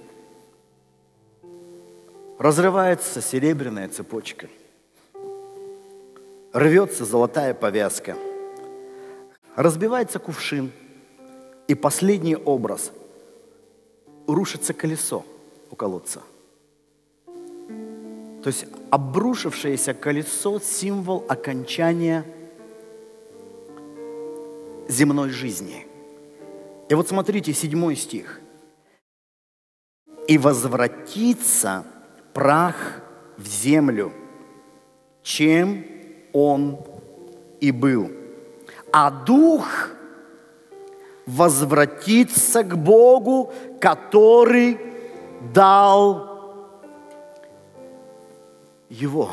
[SPEAKER 1] Разрывается серебряная цепочка, рвется золотая повязка, разбивается кувшин, и последний образ – рушится колесо у колодца. То есть обрушившееся колесо – символ окончания земной жизни. И вот смотрите, 7 стих. «И возвратится прах в землю, чем он и был, а дух возвратится к Богу, который дал его».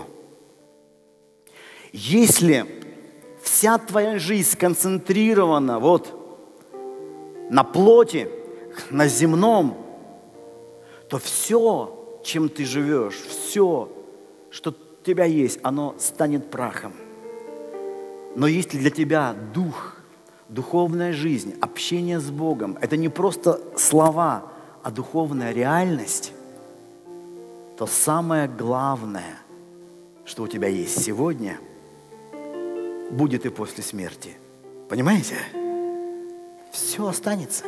[SPEAKER 1] Если вся твоя жизнь сконцентрирована вот на плоти, на земном, то все, чем ты живешь, все, что у тебя есть, оно станет прахом. Но если для тебя дух, духовная жизнь, общение с Богом, это не просто слова, а духовная реальность, то самое главное, что у тебя есть сегодня, будет и после смерти. Понимаете? Все останется.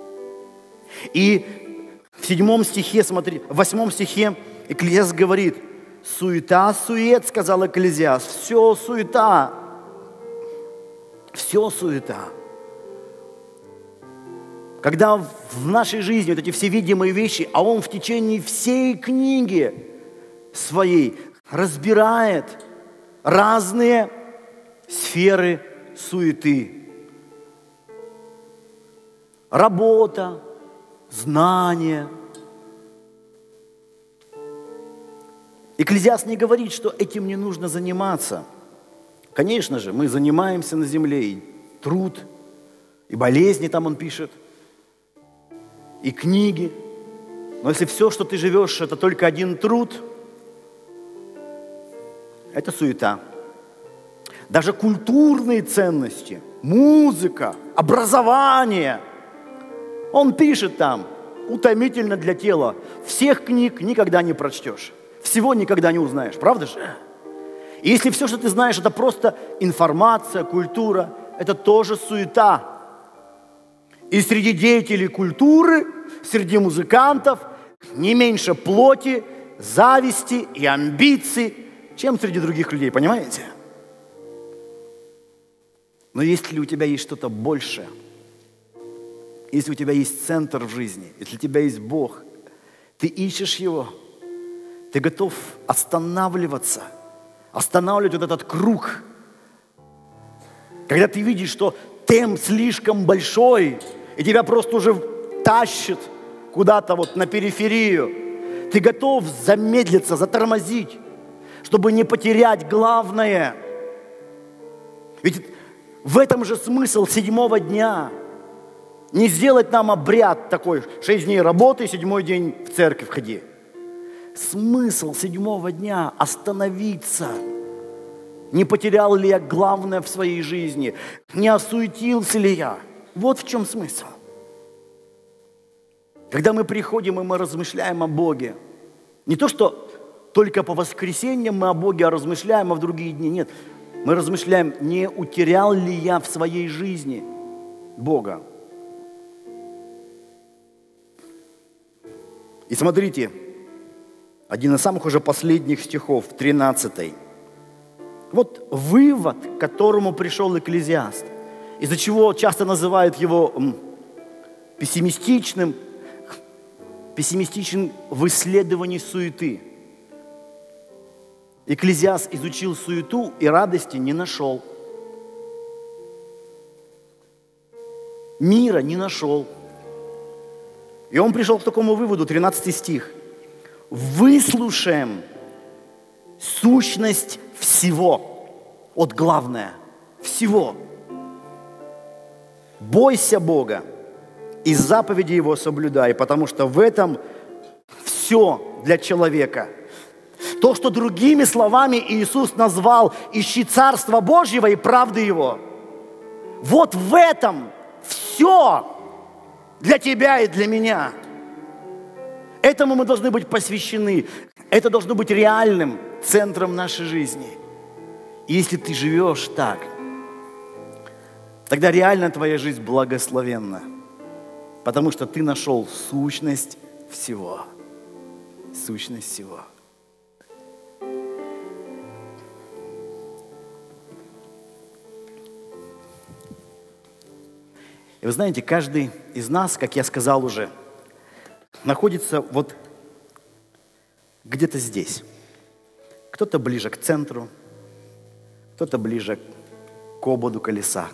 [SPEAKER 1] И в 7 стихе, смотри, в 8 стихе Экклезиаст говорит: суета-сует, сказал Экклезиаст, все суета. Все суета. Когда в нашей жизни вот эти все видимые вещи, а он в течение всей книги своей разбирает разные сферы суеты. Работа, знания. Экклезиаст не говорит, что этим не нужно заниматься. Конечно же, мы занимаемся на земле, и труд, и болезни там он пишет, и книги. Но если все, что ты живешь, это только один труд, это суета. Даже культурные ценности, музыка, образование. Он пишет там, утомительно для тела. Всех книг никогда не прочтешь. Всего никогда не узнаешь. Правда же? И если все, что ты знаешь, это просто информация, культура, это тоже суета. И среди деятелей культуры, среди музыкантов не меньше плоти, зависти и амбиций, чем среди других людей, понимаете? Но если у тебя есть что-то большее, если у тебя есть центр в жизни, если у тебя есть Бог, ты ищешь Его, ты готов останавливать вот этот круг. Когда ты видишь, что темп слишком большой, и тебя просто уже тащит куда-то вот на периферию, ты готов замедлиться, затормозить, чтобы не потерять главное. Ведь В этом же смысл 7-го дня. Не сделать нам обряд такой, 6 дней работы, 7-й день в церковь ходи. Смысл 7-го дня – остановиться. Не потерял ли я главное в своей жизни? Не осуетился ли я? Вот в чем смысл. Когда мы приходим и мы размышляем о Боге, не то, что только по воскресеньям мы о Боге размышляем, а в другие дни нет. Мы размышляем, не утерял ли я в своей жизни Бога. И смотрите, один из самых уже последних стихов, 13. Вот вывод, к которому пришел Экклезиаст, из-за чего часто называют его пессимистичным в исследовании суеты. Экклезиаст изучил суету и радости не нашел. Мира не нашел. И он пришел к такому выводу, 13 стих. Выслушаем сущность всего. Вот главное, всего. Бойся Бога и заповеди Его соблюдай, потому что в этом все для человека. То, что другими словами Иисус назвал «Ищи Царства Божьего и правды Его». Вот в этом все для тебя и для меня. Этому мы должны быть посвящены. Это должно быть реальным центром нашей жизни. И если ты живешь так, тогда реально твоя жизнь благословенна. Потому что ты нашел сущность всего. Сущность всего. И вы знаете, каждый из нас, как я сказал уже, находится вот где-то здесь. Кто-то ближе к центру, кто-то ближе к ободу колеса.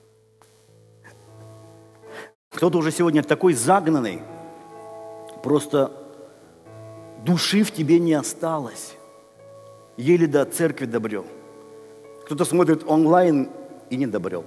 [SPEAKER 1] Кто-то уже сегодня такой загнанный, просто души в тебе не осталось. Еле до церкви добрел. Кто-то смотрит онлайн и не добрел.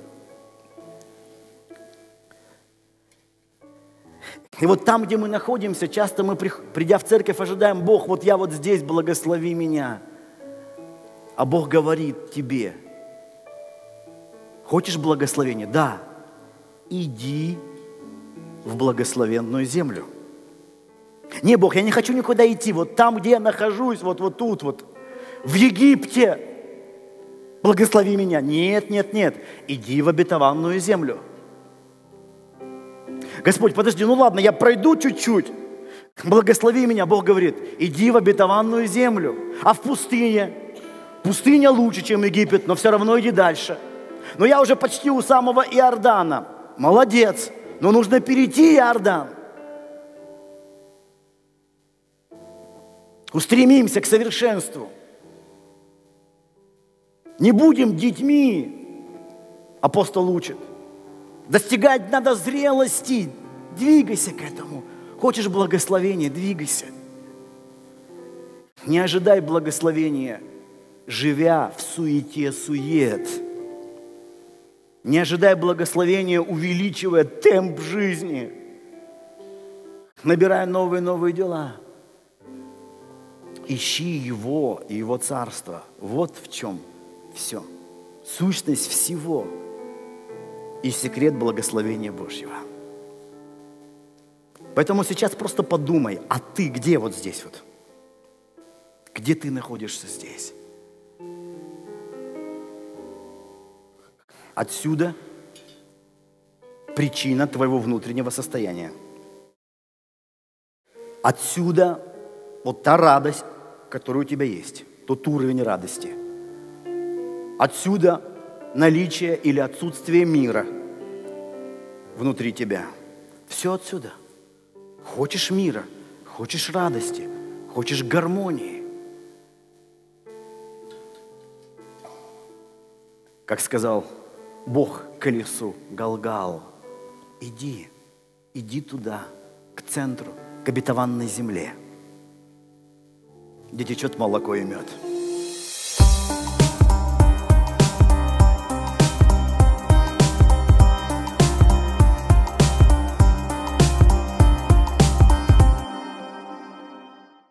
[SPEAKER 1] И вот там, где мы находимся, часто мы, придя в церковь, ожидаем: Бог, вот я вот здесь, благослови меня. А Бог говорит тебе: хочешь благословения? Да. Иди в благословенную землю. Не, Бог, я не хочу никуда идти. Вот там, где я нахожусь, вот тут, вот в Египте, благослови меня. Нет, нет, нет. Иди в обетованную землю. Господь, подожди, ну ладно, я пройду чуть-чуть. Благослови меня. Бог говорит: иди в обетованную землю. А в пустыне? Пустыня лучше, чем Египет, но все равно иди дальше. Но я уже почти у самого Иордана. Молодец. Но нужно перейти Иордан. Устремимся к совершенству. Не будем детьми, апостол учит. Достигать надо зрелости. Двигайся к этому. Хочешь благословения, двигайся. Не ожидай благословения, живя в суете сует. Не ожидай благословения, увеличивая темп жизни, набирая новые дела. Ищи Его и Его Царство. Вот в чем все. Сущность всего и секрет благословения Божьего. Поэтому сейчас просто подумай, а ты где вот здесь вот? Где ты находишься здесь? Отсюда причина твоего внутреннего состояния. Отсюда вот та радость, которая у тебя есть, тот уровень радости. Отсюда наличие или отсутствие мира внутри тебя. Все отсюда. Хочешь мира, хочешь радости, хочешь гармонии. Как сказал Бог колесу Галгал: иди туда, к центру, к обетованной земле, где течет молоко и мед.